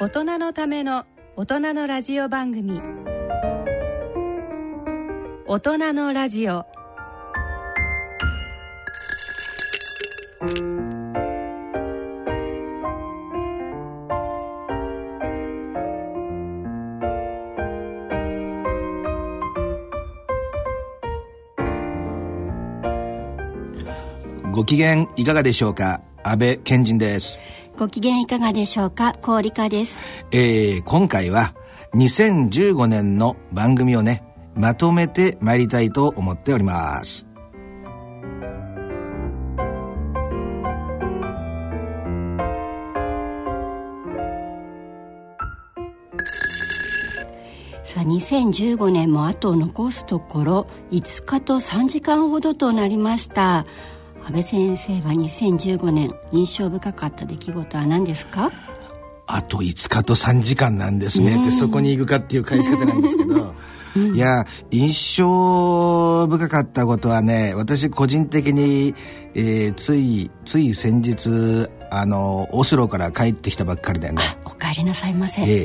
大人のための大人のラジオ番組、大人のラジオ。 ご機嫌いかがでしょうか。安倍賢人です。 ご機嫌いかがでしょうか。高理香です。 今回は2015年の番組をね、まとめてまいりたいと思っております。 さあ、2015年もあと残すところ5日と3時間ほどとなりました。安倍先生は2015年印象深かった出来事は何ですか？ あと5日と3時間なんですねって、そこに行くかっていう返し方なんですけどいや、印象深かったことはね、私個人的に、つい先日オスロから帰ってきたばっかりだよね。 お帰りなさいませ。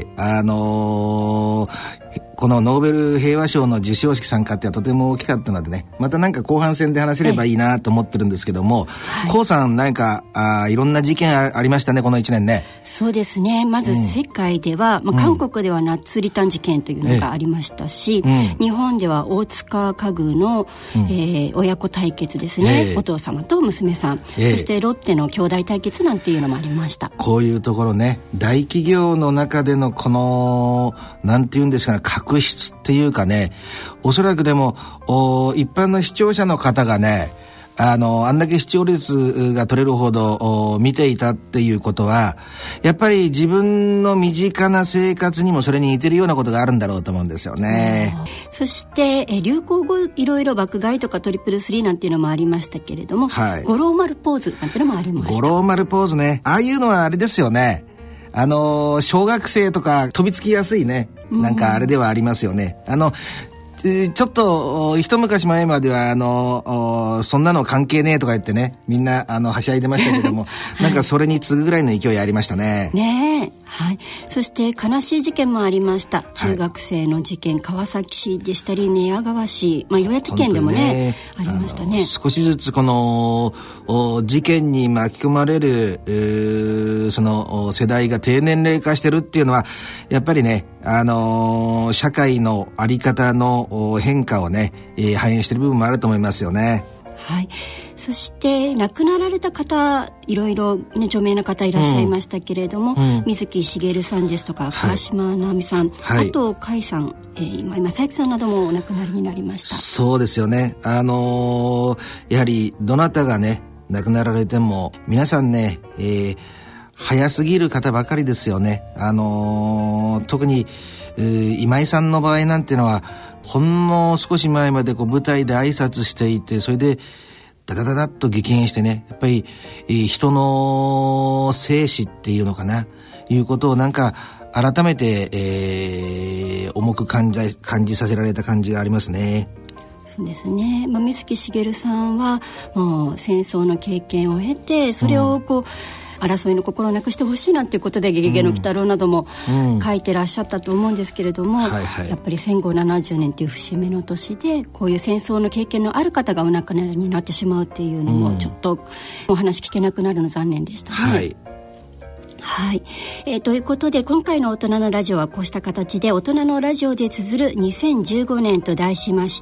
このノーベル平和賞の授賞式参加ってはとても大きかったのでね、またなんか後半戦で話せればいいなと思ってるんですけども、コウさん何かいろんな事件ありましたね、この1年ね。 そうですね。まず世界では、韓国ではナッツリタン事件というのがありましたし、日本では大塚家具の、親子対決ですね、お父様と娘さん、そしてロッテの兄弟対決なんていうのもありました。 こういうところね、大企業の中でのこのなんていうんですかね、確執っていうかね、おそらくでも一般の視聴者の方がね、あんだけ視聴率が取れるほど見ていたっていうことは、やっぱり自分の身近な生活にもそれに似てるようなことがあるんだろうと思うんですよね。 そして流行語いろいろ爆買いとかトリプルスリーなんていうのもありましたけれども、五郎丸ポーズなんていうのもありました。 五郎丸ポーズね、ああいうのはあれですよね、小学生とか飛びつきやすいね、なんかあれではありますよね。ちょっと一昔前まではそんなの関係ねえとか言ってね、みんなはしゃいでましたけどもなんかそれに次ぐぐらいの勢いありましたね。 ねえ、はい。そして悲しい事件もありました。中学生の事件、川崎市でしたり寝屋川市、岩手県でもねありましたね。 少しずつこの事件に巻き込まれるその世代が低年齢化してるっていうのは、やっぱりね、社会のあり方の変化をね、反映している部分もあると思いますよね。 はい。そして亡くなられた方、いろいろ、ね、著名な方いらっしゃいましたけれども、水木しげるさんですとか川島直美さん、あと甲斐さん、今正幸さんなどもお亡くなりになりました。 そうですよね。やはりどなたがね亡くなられても皆さんね、早すぎる方ばかりですよね。特に今井さんの場合なんていうのは、ほんの少し前まで舞台で挨拶していて、それでダダダダッと激変してね、やっぱり人の生死っていうのかな、いうことをなんか改めて、重く感じさせられた感じがありますね。 そうですね。水木しげるさんはもう戦争の経験を経て、それを争いの心をなくしてほしいなんていうことでゲゲゲの鬼太郎なども書いてらっしゃったと思うんですけれども、やっぱり戦後70年という節目の年で、こういう戦争の経験のある方がお亡くなりになってしまうっていうのも、ちょっとお話聞けなくなるの残念でしたね。はい。ということで今回の大人のラジオはこうした形で、大人のラジオで綴る2015年と題しまして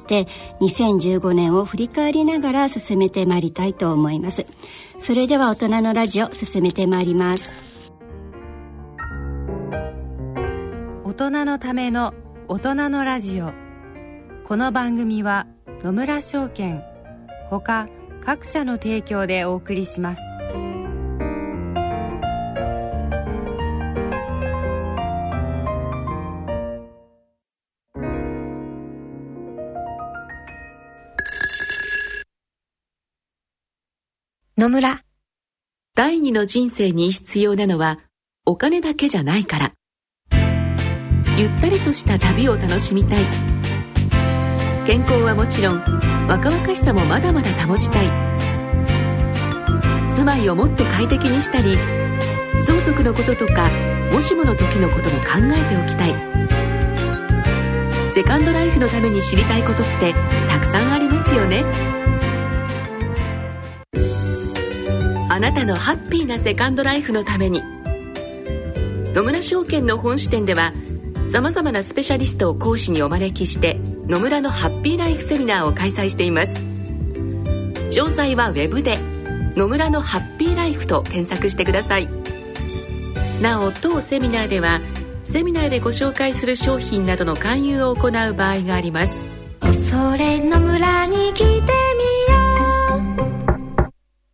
、2015年を振り返りながら進めてまいりたいと思います。それでは大人のラジオ進めてまいります。 大人のための大人のラジオ。この番組は野村証券ほか各社の提供でお送りします。 野村、第二の人生に必要なのはお金だけじゃないから。ゆったりとした旅を楽しみたい。健康はもちろん若々しさもまだまだ保ちたい。住まいをもっと快適にしたり、 相続のこととかもしもの時のことも考えておきたい。セカンドライフのために知りたいことってたくさんありますよね。あなたのハッピーなセカンドライフのために、野村証券の本支店ではさまざまなスペシャリストを講師にお招きして野村のハッピーライフセミナーを開催しています。詳細はウェブで野村のハッピーライフと検索してください。なお当セミナーではセミナーでご紹介する商品などの勧誘を行う場合があります。 恐れの村に来てみよう。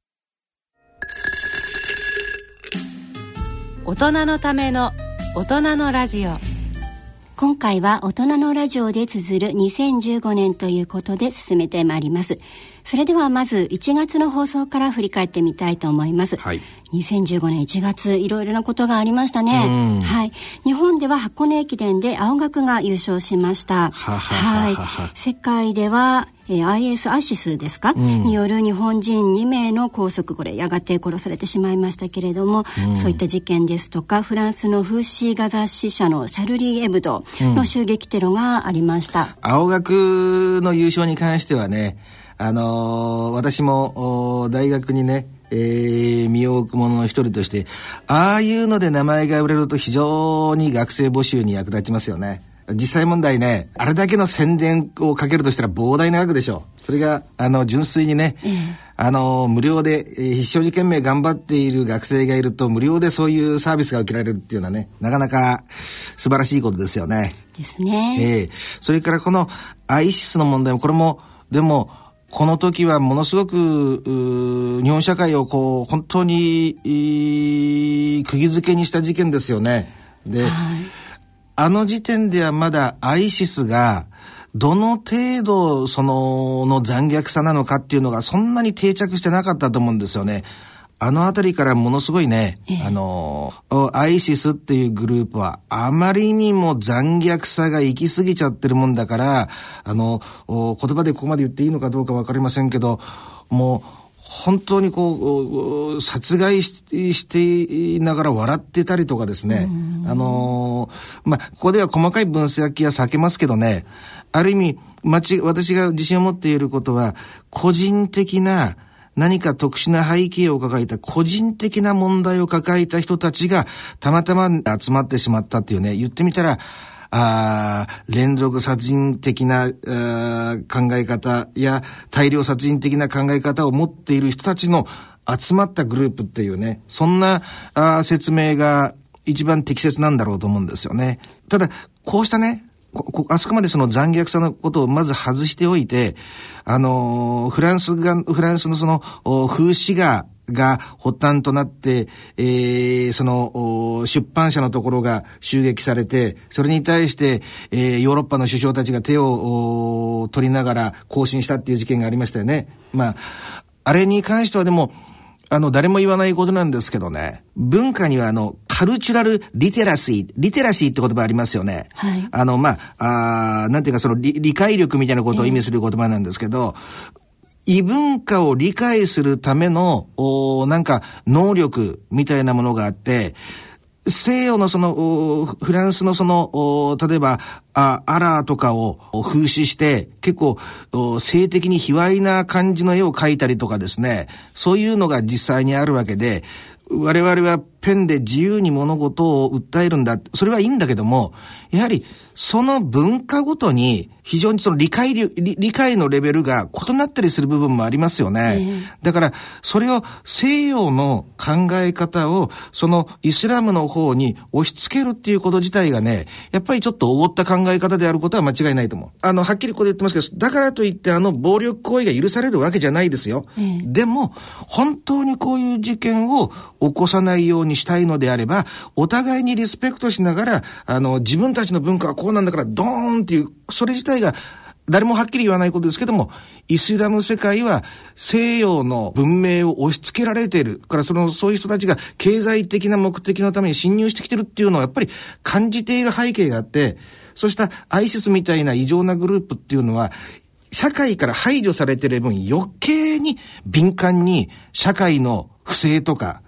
大人のための大人のラジオ。 今回は大人のラジオで綴る2015年ということで進めてまいります。それではまず1月の放送から振り返ってみたいと思います。はい、2015年1月いろいろなことがありましたね。はい、日本では箱根駅伝で青学が優勝しました。世界ではIS アシスですか、による日本人2名の拘束、これやがて殺されてしまいましたけれども、そういった事件ですとか、フランスの風刺画雑誌社のシャルリー・エブドの襲撃テロがありました。 青学の優勝に関してはね、私も大学にね、身を置く者の一人として、ああいうので名前が売れると非常に学生募集に役立ちますよね。実際問題ね、あれだけの宣伝をかけるとしたら膨大な額でしょう。それが純粋にね、無料で、一生懸命頑張っている学生がいると無料でそういうサービスが受けられるっていうのはね、なかなか素晴らしいことですよね。 ですね。 それからこのISISの問題も、これもでもこの時はものすごく日本社会をこう本当に釘付けにした事件ですよね。で、あの時点ではまだISISがどの程度の残虐さなのかっていうのがそんなに定着してなかったと思うんですよね。あのあたりからものすごいね、ISIS っていうグループはあまりにも残虐さが行き過ぎちゃってるもんだから、言葉でここまで言っていいのかどうかわかりませんけど、もう本当にこう殺害していながら笑ってたりとかですね、ここでは細かい分析は避けますけどね、ある意味私が自信を持っていることは、個人的な何か特殊な背景を抱えた個人的な問題を抱えた人たちがたまたま集まってしまったっていうね、言ってみたら連続殺人的な考え方や大量殺人的な考え方を持っている人たちの集まったグループっていうね、そんな説明が一番適切なんだろうと思うんですよね。ただこうしたね、あそこまでその残虐さのことをまず外しておいて、フランスのその風刺画が発端となって、その出版社のところが襲撃されて、それに対して、ヨーロッパの首相たちが手を取りながら行進したっていう事件がありましたよね。あれに関してはでも誰も言わないことなんですけどね、文化にはカルチュラルリテラシーって言葉ありますよね。はい。なんていうかその理解力みたいなことを意味する言葉なんですけど、異文化を理解するためのなんか能力みたいなものがあって、西洋のそのフランスのその例えばアラーとかを風刺して結構性的に卑猥な感じの絵を描いたりとかですね、そういうのが実際にあるわけで、我々はペンで自由に物事を訴えるんだ、それはいいんだけども、やはりその文化ごとに非常にその理解のレベルが異なったりする部分もありますよね。だからそれを西洋の考え方をそのイスラムの方に押し付けるっていうこと自体がね、やっぱりちょっとおごった考え方であることは間違いないと思う。はっきりここで言ってますけど、だからといって暴力行為が許されるわけじゃないですよ。でも本当にこういう事件を起こさないようにしたいのであれば、お互いにリスペクトしながら自分たちの文化はこうなんだからドーンっていう、それ自体が誰もはっきり言わないことですけども、イスラム世界は西洋の文明を押し付けられているから、そういう人たちが経済的な目的のために侵入してきてるっていうのはやっぱり感じている背景があって、そうしたISISみたいな異常なグループっていうのは社会から排除されている分余計に敏感に社会の不正とか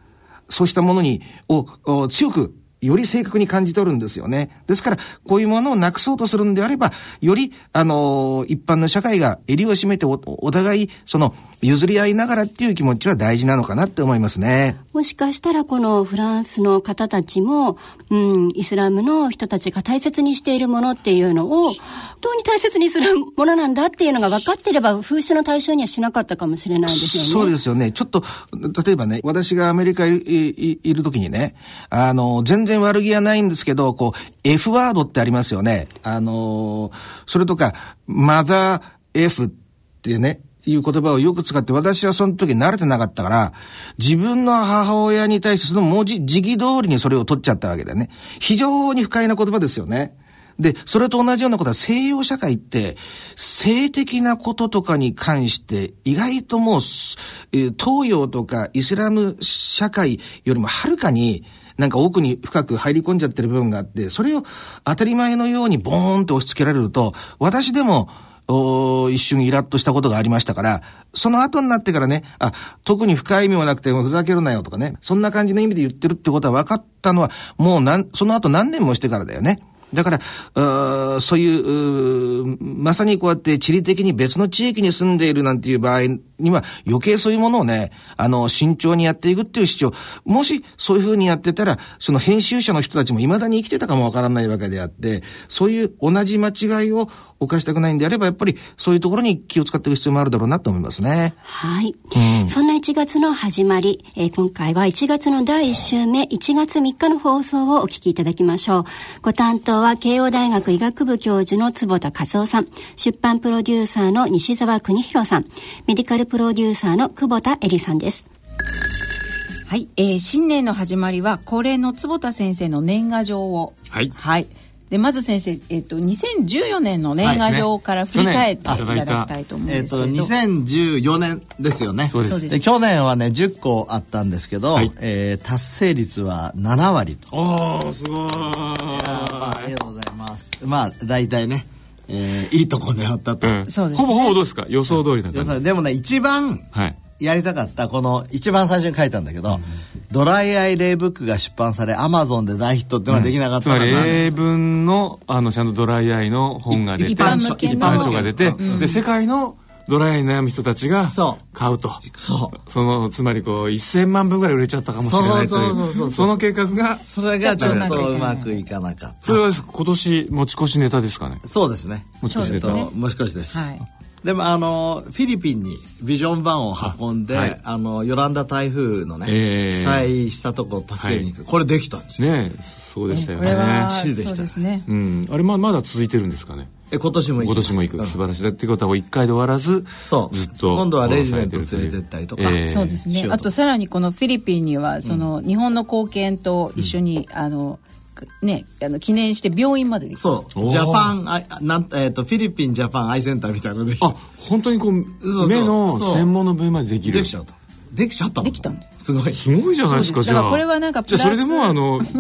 そうしたものを強くより正確に感じ取るんですよね。ですからこういうものをなくそうとするんであれば、より一般の社会が襟を締めて お互いその譲り合いながらっていう気持ちは大事なのかなって思いますね。 もしかしたらこのフランスの方たちも、イスラムの人たちが大切にしているものっていうのを本当に大切にするものなんだっていうのが分かっていれば風習の対象にはしなかったかもしれないですよね。 そうですよね。ちょっと例えばね、私がアメリカにいる時にね、全然悪気はないんですけど、こう F ワードってありますよね。それとかマザー F ってねいう言葉をよく使って、私はその時慣れてなかったから、自分の母親に対してその文字通りにそれを取っちゃったわけだよね。非常に不快な言葉ですよね。で、それと同じようなことは西洋社会って性的なこととかに関して意外ともう東洋とかイスラム社会よりもはるかになんか奥に深く入り込んじゃってる部分があって、それを当たり前のようにボーンと押し付けられると、私でも一瞬イラッとしたことがありましたから、その後になってからね、特に深い意味もなくてふざけるなよとかね、そんな感じの意味で言ってるってことは分かったのはもうその後何年もしてからだよね。だからそういうまさにこうやって地理的に別の地域に住んでいるなんていう場合には余計そういうものをね、慎重にやっていくっていう主張、もしそういうふうにやってたらその編集者の人たちも未だに生きてたかもわからないわけであって、そういう同じ間違いを犯したくないんであれば、やっぱりそういうところに気を使っていく必要もあるだろうなと思いますね。 はい、そんな1月の始まり、今回は1月の第1週目1月3日の放送をお聞きいただきましょう。ご担当は慶応大学医学部教授の坪田和夫さん、出版プロデューサーの西澤邦弘さん、メディカルプロデューサーの久保田恵里さんです。 はい、新年の始まりは恒例の坪田先生の年賀状を、でまず先生、2014年の年賀状から振り返っていただきたいと思うんですけど、 2014年ですよね。 そうです。 で去年はね10個あったんですけど、達成率は7割と。 すごい。 ありがとうございます。大体ね、いいとこ狙ったと、 そうですね、 ほぼどうですか、予想通りだった。 でもね、一番やりたかったこの一番最初に書いたんだけど、ドライアイ例ブックが出版され Amazon で大ヒットっていうのはできなかったのつまり英文のちゃんとドライアイの本が出て、一般書が出て、で世界のドライアイに悩む人たちが買うと、つまり1000万部ぐらい売れちゃったかもしれないという、その計画が、 それがちょっとうまくいかなかった。 それは今年持ち越しネタですかね。 そうですね、 持ち越しネタ、 持ち越しです。でもフィリピンにビジョン版を運んで、ヨランダ台風のね、被災したとこを助けに行く、これできたんですよね。 そうでしたよね。 これはそうですね。 あれまだ続いてるんですかね。 今年も行く。 素晴らしい。だってことは1回で終わらず、ずっと今度はレジデント連れてったりとか、 そうですね。あとさらにこのフィリピンにはその日本の貢献と一緒に記念して病院までできた。 そうジャパンフィリピンジャパンアイセンターみたいなのできた。 本当に目の専門の病院までできる。 できちゃったの。 できたんです。 すごいじゃないですか。じゃあこれはなんかプラス、 じゃあそれでも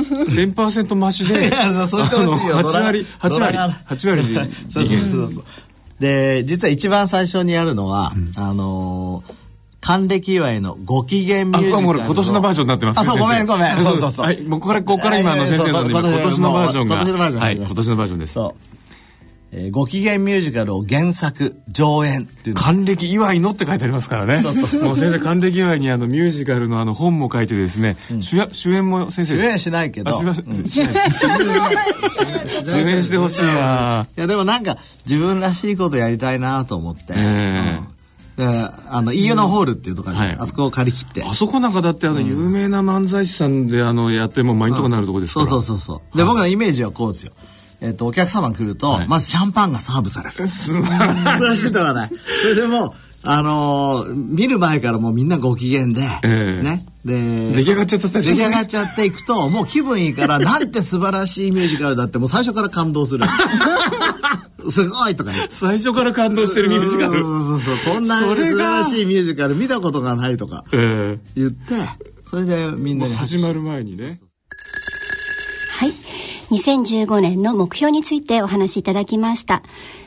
10% 増しで8割でそうで、実は一番最初にやるのは還暦祝いのご機嫌ミュージカル。 今年のバージョンになってます。 ごめん。 はい、ここから今先生の今年のバージョンが、今年のバージョンです。 ご機嫌ミュージカルを原作上演っていう還暦祝いのって書いてありますからね。もう先生還暦祝いにミュージカルの本も書いてですね、主演も先生主演しないけど主演してほしいな。 いやでもなんか自分らしいことやりたいなと思って、飯野ホールっていうところで、あそこを借り切って、 あそこなんかだって有名な漫才師さんでやっても満員とかなるとこですから。 そうで、僕のイメージはこうですよ。お客様来ると、まずシャンパンがサーブされる。素晴らしいとはない。それでも見る前からもうみんなご機嫌で、ね。で、 出来上がっちゃっていくと、もう気分いいから、なんて素晴らしいミュージカルだって、もう最初から感動する。すごいとか言って。 最初から感動してるミュージカル。 こんな素晴らしいミュージカル見たことがないとか言って、それでみんなに始まる前にね。 はい。2015年の目標についてお話しいただきました。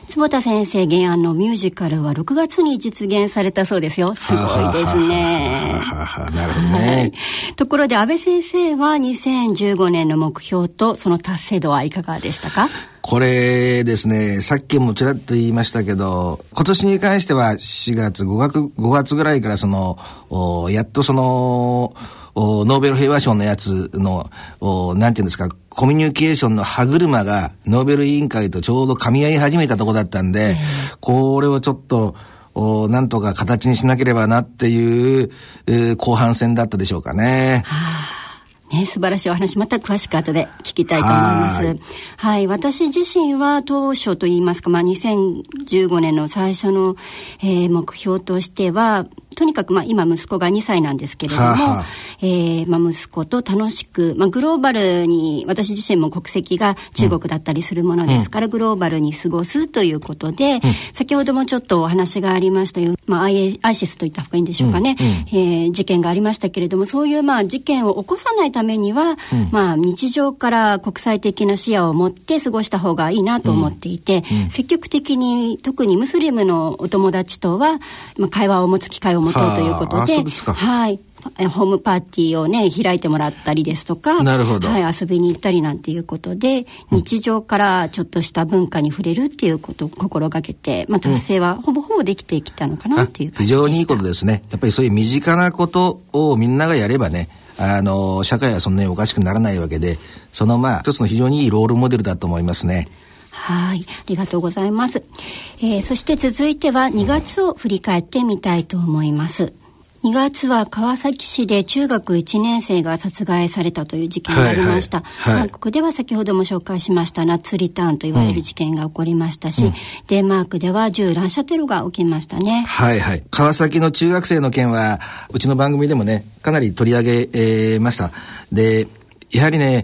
坪田先生原案のミュージカルは6月に実現されたそうですよ。すごいですね。 なるほどね。 ところで安倍先生は2015年の目標とその達成度はいかがでしたか？ これですね、さっきもちらっと言いましたけど、今年に関しては4月5月ぐらいからやっとノーベル平和賞のやつのなんていうんですか、コミュニケーションの歯車がノーベル委員会とちょうど噛み合い始めたところだったんで、これをちょっとなんとか形にしなければなっていう、後半戦だったでしょうかね。 ね、素晴らしいお話、また詳しく後で聞きたいと思います。はい、私自身は当初といいますか、2015年の最初の、目標としては、とにかく今息子が2歳なんですけれども、息子と楽しく、グローバルに、私自身も国籍が中国だったりするものですから、グローバルに過ごすということで、先ほどもちょっとお話がありましたよ、アイシスといった方がいいんでしょうかね、事件がありましたけれども、そういう事件を起こさないためには、日常から国際的な視野を持って過ごした方がいいなと思っていて、積極的に特にムスリムのお友達とは、会話を持つ機会を持とうということで、はい、ホームパーティーをね開いてもらったりですとか、 なるほど、 はい、遊びに行ったりなんていうことで、日常からちょっとした文化に触れるっていうことを心がけて、達成はほぼほぼできてきたのかなっていう感じでした。 非常にいいことですね。やっぱりそういう身近なことをみんながやればね、社会はそんなにおかしくならないわけで、その一つの非常にいいロールモデルだと思いますね。 はい、ありがとうございます。そして続いては2月を振り返ってみたいと思います。2月は川崎市で中学1年生が殺害されたという事件がありました。韓国では先ほども紹介しましたナッツリターンと言われる事件が起こりましたし、デンマークでは銃乱射テロが起きましたね。 はいはい。川崎の中学生の件はうちの番組でもねかなり取り上げました。で、やはりね、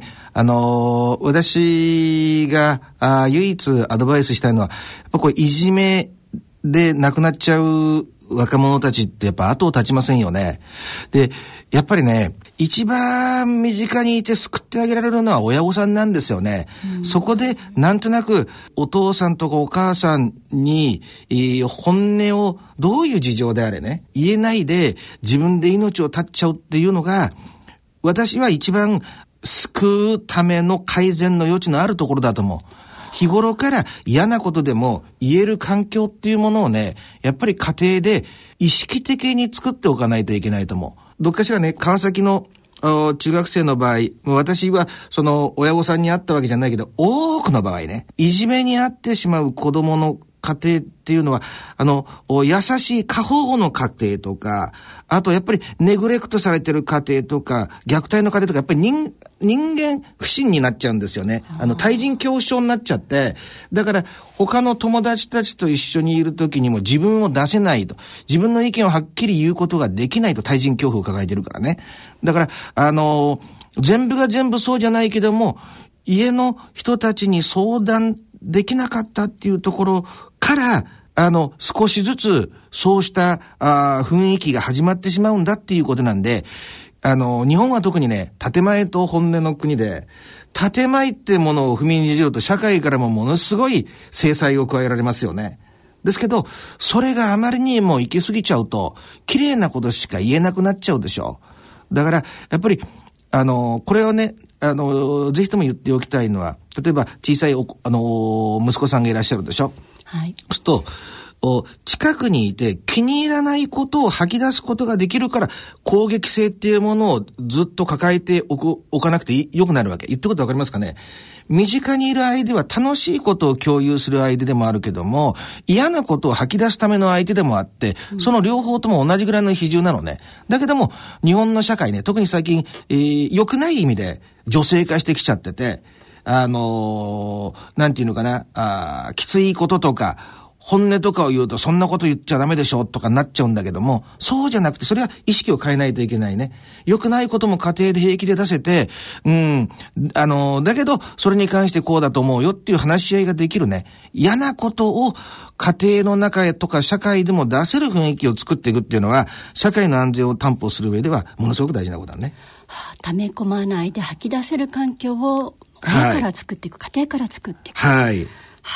私が唯一アドバイスしたいのは、やっぱこれいじめで亡くなっちゃう若者たちってやっぱ後を絶ちませんよね。で、やっぱりね、一番身近にいて救ってあげられるのは親御さんなんですよね。そこでなんとなくお父さんとかお母さんに、本音をどういう事情であれね、言えないで自分で命を絶っちゃうっていうのが、私は一番救うための改善の余地のあるところだと思う。日頃から嫌なことでも言える環境っていうものをね、やっぱり家庭で意識的に作っておかないといけないと思う。どっかしらね、川崎の中学生の場合、私はその親御さんに会ったわけじゃないけど、多くの場合ね、いじめに遭ってしまう子供の家庭っていうのは、優しい過保護の家庭とか、あとやっぱりネグレクトされてる家庭とか、虐待の家庭とか、やっぱり人間不信になっちゃうんですよね。対人恐怖症になっちゃって、だから他の友達たちと一緒にいる時にも自分を出せないと、自分の意見をはっきり言うことができないと、対人恐怖を抱えてるからね。だから全部が全部そうじゃないけども、家の人たちに相談できなかったっていうところから少しずつそうした雰囲気が始まってしまうんだっていうことなんで、日本は特にね、建前と本音の国で、建前ってものを踏みにじると社会からもものすごい制裁を加えられますよね。ですけど、それがあまりにも行き過ぎちゃうと綺麗なことしか言えなくなっちゃうでしょ。だからやっぱりこれをね、ぜひとも言っておきたいのは、例えば小さい息子さんがいらっしゃるでしょ。はい。そうすると近くにいて気に入らないことを吐き出すことができるから、攻撃性っていうものをずっと抱えておかなくてよくなるわけ。言ってることわかりますかね。身近にいる相手は楽しいことを共有する相手でもあるけども、嫌なことを吐き出すための相手でもあって、その両方とも同じぐらいの比重なのね。だけども日本の社会ね、特に最近、良くない意味で女性化してきちゃってて、なんていうのかな、きついこととか本音とかを言うと、そんなこと言っちゃダメでしょとかなっちゃうんだけども、そうじゃなくて、それは意識を変えないといけないね。良くないことも家庭で平気で出せて、だけどそれに関してこうだと思うよっていう話し合いができるね。嫌なことを家庭の中へとか社会でも出せる雰囲気を作っていくっていうのは、社会の安全を担保する上ではものすごく大事なことだね。 溜め込まないで吐き出せる環境を親から作っていく、家庭から作っていく。 はい。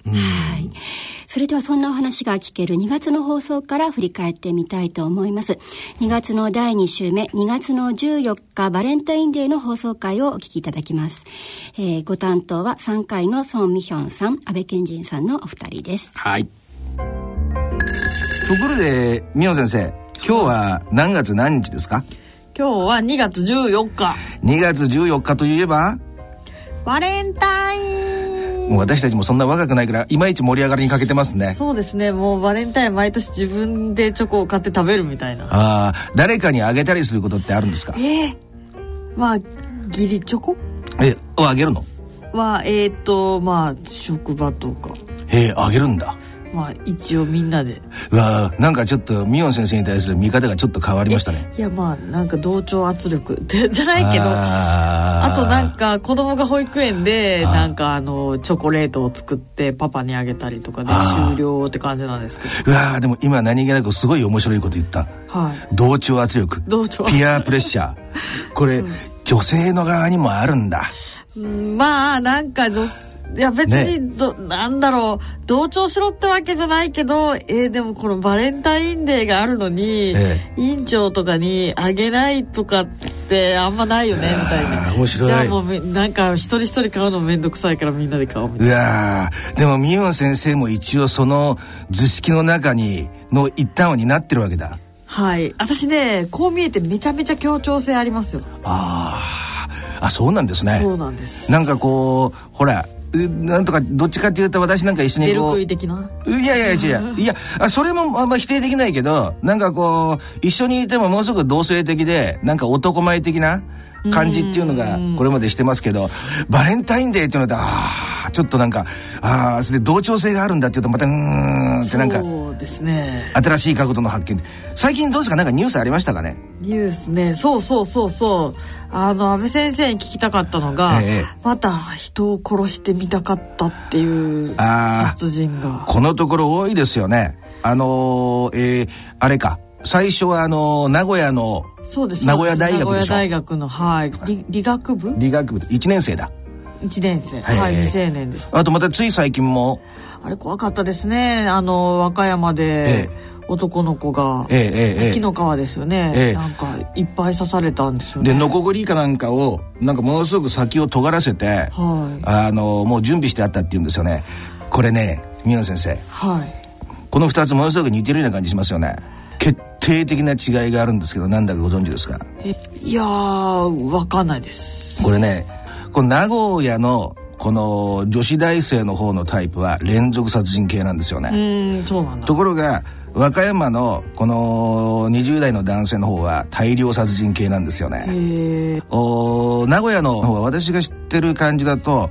はい。それではそんなお話が聞ける2月の放送から振り返ってみたいと思います。2月の第2週目、2月の14日バレンタインデーの放送回をお聞きいただきます。ご担当は3回のソン・ミヒョンさん、安倍賢人さんのお二人です。 はい。ところでミホ先生、今日は何月何日ですか？ 今日は2月14日。 2月14日といえばバレンタイン。 もう私たちもそんな若くないからいまいち盛り上がりに欠けてますね。 そうですね。もうバレンタイン毎年自分でチョコを買って食べるみたいな。 ああ、誰かにあげたりすることってあるんですか？ まあ義理チョコをあげるのはまあ職場とかあげるんだ。 まあ一応みんなで。 うわ、なんかちょっとミヨン先生に対する見方がちょっと変わりましたね。 いや、まあなんか同調圧力じゃないけど、あとなんか子供が保育園でなんかチョコレートを作ってパパにあげたりとかで終了って感じなんですけど。 うわ、でも今何気なくすごい面白いこと言った。はい。同調圧力。ピアプレッシャー。これ、女性の側にもあるんだ。 まあなんかいや別になんだろう、同調しろってわけじゃないけど、でもこのバレンタインデーがあるのに、委員長とかにあげないとかってあんまないよねみたいな。 面白い。 じゃあもうなんか一人一人買うのめんどくさいからみんなで買おうみたいな。 うわ、でもミヨン先生も一応その図式の中にの一端を担ってるわけだ。 はい。私ね、こう見えてめちゃめちゃ協調性ありますよ。 そうなんですね。 そうなんです。 なんかこうほら、なんとかどっちかっていうと私なんか一緒にこう出る杭的な。 いやそれもあんま否定できないけど、なんかこう一緒にいてもものすごく同性的でなんか男前的な感じっていうのがこれまでしてますけど、バレンタインデーっていうのでちょっとなんかそれで同調性があるんだっていうとまたってなんかそうですね、 新しい角度の発見。最近どうですか、なんかニュースありましたかね？ ニュースね、そう安倍先生に聞きたかったのが、また人を殺してみたかったっていう殺人がこのところ多いですよね。あれか、最初は名古屋の名古屋大学でしょ。 名古屋大学の理学部 1年生だ。 1年生、未成年です。 あとまたつい最近もあれ怖かったですね。和歌山で男の子が紀の川ですよね、なんかいっぱい刺されたんですよね。 でノコギリかなんかをなんかものすごく先を尖らせて、もう準備してあったっていうんですよね。これね、宮野先生、この2つものすごく似てるような感じしますよね。決定的な違いがあるんですけど、なんだかご存知ですか？ いやー、わかんないです。 これね、この名古屋のこの女子大生の方のタイプは連続殺人系なんですよね。 そうなんだ。 ところが和歌山のこの20代の男性の方は大量殺人系なんですよね。名古屋の方は私が知ってる感じだと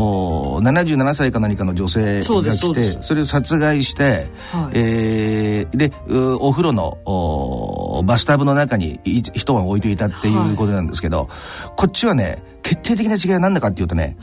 77歳か何かの女性が来て、それを殺害して、でお風呂のバスタブの中に一晩置いていたっていうことなんですけど、こっちはね、決定的な違いは何だかっていうとね、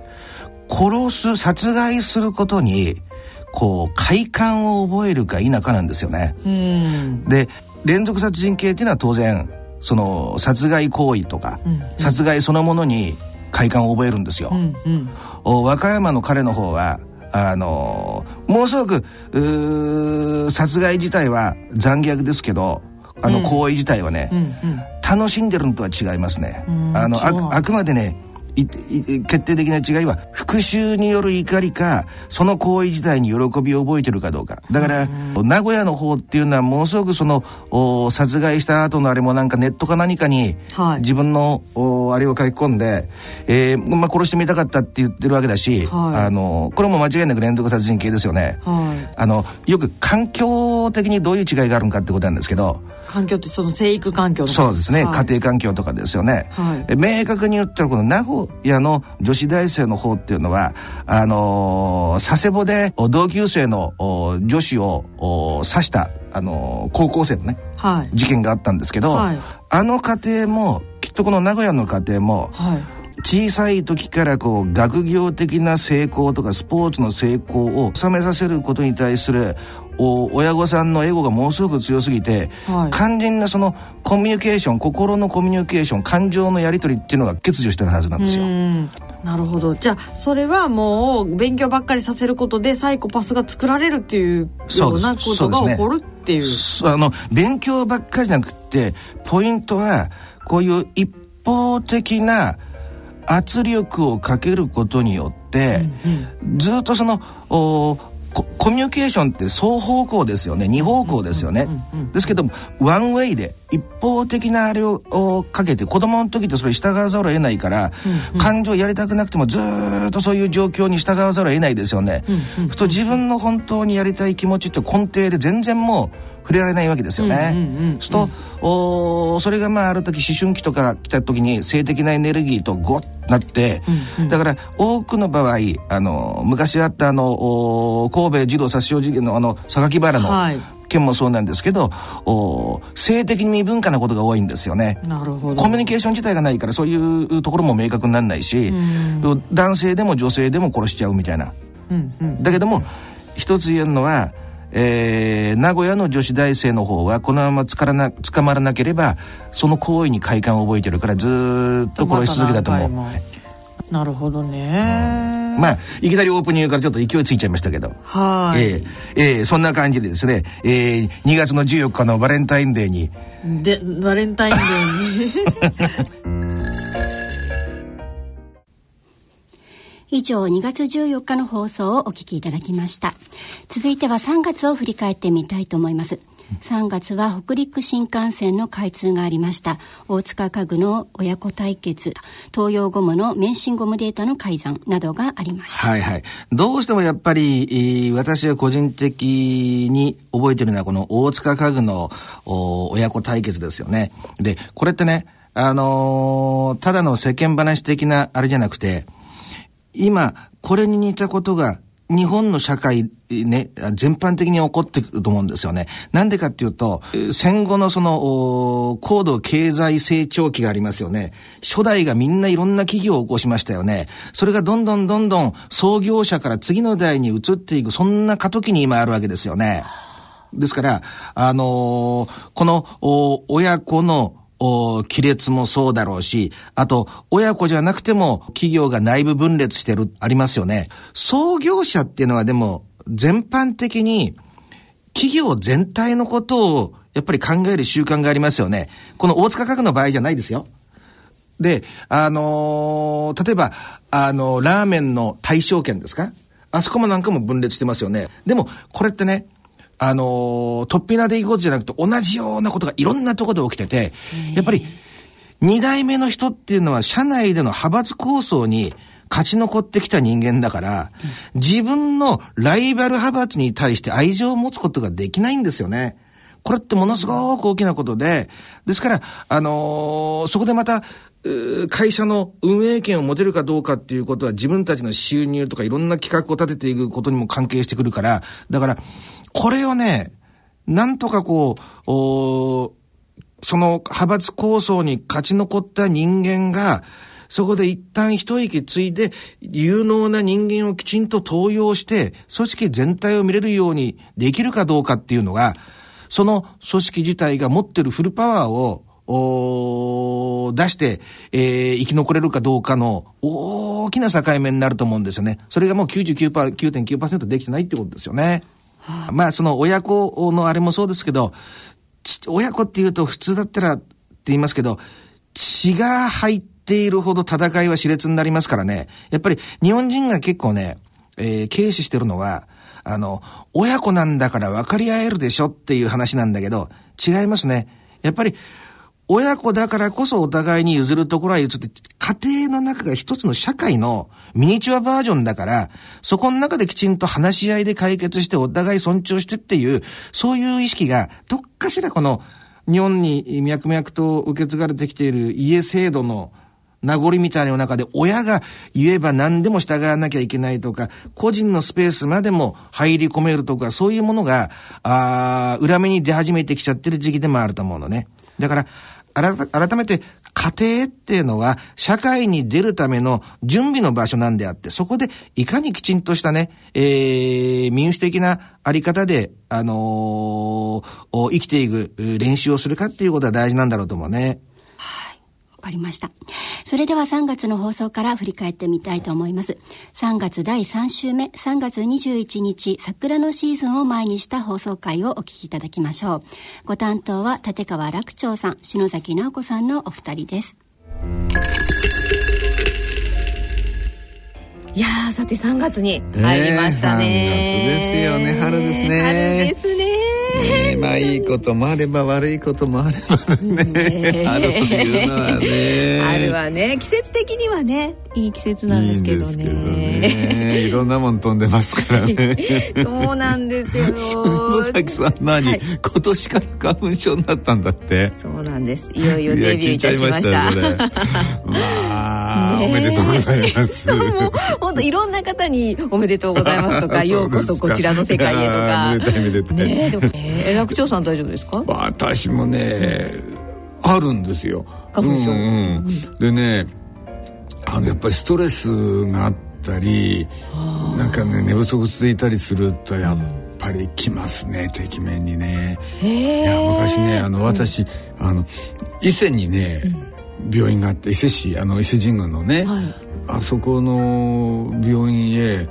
殺害することにこう快感を覚えるか否かなんですよね。で連続殺人系っていうのは当然その殺害行為とか、殺害そのものに快感を覚えるんですよ。和歌山の彼の方はものすごく殺害自体は残虐ですけど、行為自体はね、楽しんでるのとは違いますね。あくまでね、決定的な違いは復讐による怒りか、その行為自体に喜びを覚えてるかどうかだから、名古屋の方っていうのはものすごくその殺害した後のあれもなんかネットか何かに自分のあれを書き込んで、殺してみたかったって言ってるわけだし、これも間違いなく連続殺人系ですよね。よく環境的にどういう違いがあるのかってことなんですけど、 環境ってその生育環境とか、 そうですね、家庭環境とかですよね。明確に言ったらこの名古屋の女子大生の方っていうのは佐世保で同級生の女子を刺した高校生のね、事件があったんですけど、あの家庭もきっとこの名古屋の家庭も、小さい時からこう学業的な成功とかスポーツの成功を収めさせることに対する親御さんのエゴがものすごく強すぎて、肝心なそのコミュニケーション、心のコミュニケーション、感情のやり取りっていうのが欠如してたはずなんですよ。 なるほど。じゃあそれはもう勉強ばっかりさせることでサイコパスが作られるっていうようなことが起こるっていう。 勉強ばっかりじゃなくて、ポイントはこういう一方的な圧力をかけることによって、ずっとそのコミュニケーションって双方向ですよね、二方向ですよね、ですけどもワンウェイで一方的なあれをかけて、子供の時ってそれ従わざるを得ないから、感情やりたくなくてもずっとそういう状況に従わざるを得ないですよね。と自分の本当にやりたい気持ちって根底で全然もう触れられないわけですよね。それがある時思春期とか来た時に性的なエネルギーとゴッなって、だから多くの場合昔あった神戸児童殺傷事件の榊原の件もそうなんですけど、性的に未分化なことが多いんですよね。 なるほど。 コミュニケーション自体がないからそういうところも明確にならないし、男性でも女性でも殺しちゃうみたいな、だけども一つ言えるのは、名古屋の女子大生の方はこのまま捕まらなければその行為に快感を覚えてるからずっと殺し続けたと思う。 なるほどね。 いきなりオープニングからちょっと勢いついちゃいましたけど、そんな感じでですね、2月の14日のバレンタインデーにバレンタインデーに以上、2月14日の放送をお聞きいただきました。続いては3月を振り返ってみたいと思います。3月は北陸新幹線の開通がありました。大塚家具の親子対決、東洋ゴムの免震ゴムデータの改ざんなどがありました。 どうしてもやっぱり、私は個人的に覚えているのはこの大塚家具の親子対決ですよね。で、これってね、ただの世間話的なあれじゃなくて、今これに似たことが日本の社会ね全般的に起こってくると思うんですよね。なんでかっていうと、戦後のその高度経済成長期がありますよね。初代がみんないろんな企業を起こしましたよね。それがどんどん創業者から次の代に移っていく、そんな過渡期に今あるわけですよね。ですからこの親子の亀裂もそうだろうし、あと親子じゃなくても企業が内部分裂してるありますよね。創業者っていうのはでも全般的に企業全体のことをやっぱり考える習慣がありますよね。この大塚家具の場合じゃないですよ。で、例えばラーメンの大正軒ですか、あそこもなんかも分裂してますよね。でもこれってね、突飛な出来事じゃなくて同じようなことがいろんなところで起きてて、やっぱり二代目の人っていうのは社内での派閥構想に勝ち残ってきた人間だから、自分のライバル派閥に対して愛情を持つことができないんですよね。これってものすごく大きなことで、ですから、そこでまた会社の運営権を持てるかどうかっていうことは自分たちの収入とかいろんな企画を立てていくことにも関係してくるから、だからこれをね、なんとかその派閥構想に勝ち残った人間がそこで一旦一息ついて有能な人間をきちんと登用して組織全体を見れるようにできるかどうかっていうのが、その組織自体が持ってるフルパワーを出して、生き残れるかどうかの大きな境目になると思うんですよね。それがもう 99.9% できてないってことですよね。その親子のあれもそうですけど、親子っていうと普通だったらって言いますけど、血が入っているほど戦いは熾烈になりますからね。やっぱり日本人が結構ね、軽視してるのは親子なんだから分かり合えるでしょっていう話なんだけど、違いますね。やっぱり親子だからこそお互いに譲るところは譲って、家庭の中が一つの社会のミニチュアバージョンだから、そこの中できちんと話し合いで解決してお互い尊重してっていう、そういう意識がどっかしらこの日本に脈々と受け継がれてきている家制度の名残みたいな中で、親が言えば何でも従わなきゃいけないとか、個人のスペースまでも入り込めるとか、そういうものが裏目に出始めてきちゃってる時期でもあると思うのね。だから改めて家庭っていうのは社会に出るための準備の場所なんであって、そこでいかにきちんとしたね、民主的なあり方で生きていく練習をするかっていうことは大事なんだろうと思うね。 わかりました。それでは3月の放送から振り返ってみたいと思います。3月第3週目、3月21日、桜のシーズンを前にした放送回をお聞きいただきましょう。ご担当は立川楽長さん、篠崎直子さんのお二人です。 いやー、さて3月に入りましたね。 3月ですよね。春ですね。 春ですね。 まあいいこともあれば悪いこともあればね。春というのはね。 春はね、季節的にはね、いい季節なんですけどね。いいんですけどね。 いろんなもん飛んでますからね。 そうなんですよ。 篠崎さん何、はい、今年から花粉症になったんだって。 そうなんです。いよいよデビューいたしました。 まあ、おめでとうございます。 もう本当いろんな方におめでとうございますとかようこそこちらの世界へとか。 めでたいめでたい。 ね、でも楽長さん大丈夫ですか？ 私もね、あるんですよ。 花粉症。 でね、やっぱりストレスがあったり、なんかね、寝不足ついたりするとやっぱり来ますね、てきめんにね。いや昔ね、私伊勢にね、病院があって、伊勢市伊勢神宮のね、あそこの病院へ、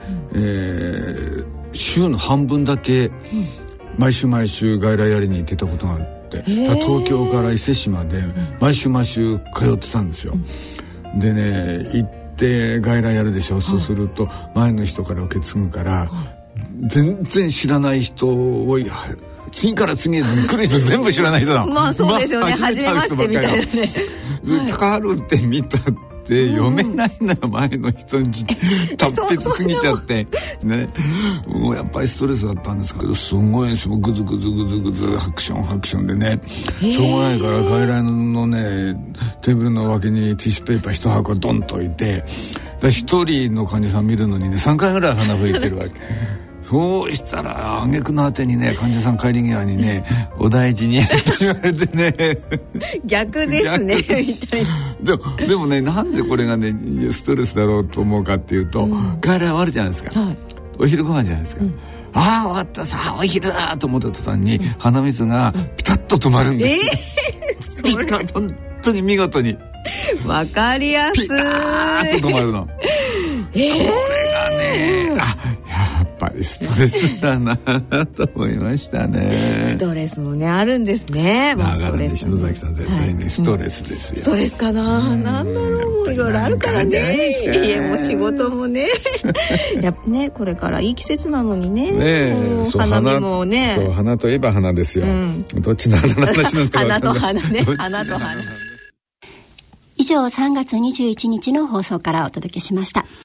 週の半分だけ、毎週外来やりに行ってたことがあって、東京から伊勢市まで毎週通ってたんですよ。でね、行って外来やるでしょ。そうすると前の人から受け継ぐから、全然知らない人を次から次へ来る人全部知らない人だ。 まあそうですよね。初めましてみたいなね。 カルテ見たって読めないのよ、前の人に達筆すぎちゃってね。もうやっぱりストレスだったんですけど、すごいですよ。グズグズハクションでね、しょうがないから外来のね、テーブルの脇にティッシュペーパー一箱ドンと置いて、一人の患者さん見るのにね、3回ぐらい鼻吹いてるわけ。そうしたら挙句の果てにね、患者さん帰り際にね、お大事にって言われてね。 逆ですねみたいな。 でもね、なんでこれがねストレスだろうと思うかっていうと、外来終わるじゃないですか、お昼ご飯じゃないですか、ああ終わったさあお昼だと思った途端に、鼻水がピタッと止まるんですよ。本当に見事にわかりやすい。 ピタッと止まるの。これがね、やっぱりストレスだなと思いましたね。 ストレスもねあるんですね。 だからね、篠崎さん絶対ね、ストレスですよ。 ストレスかな、なんだろう、もういろいろあるからね。家も仕事もね。やっぱね、これからいい季節なのにね。花見もね。 そう、花といえば花ですよ。どっちの花の話なんだろう。 花と花ね。花と花。 以上、3月21日の放送からお届けしました。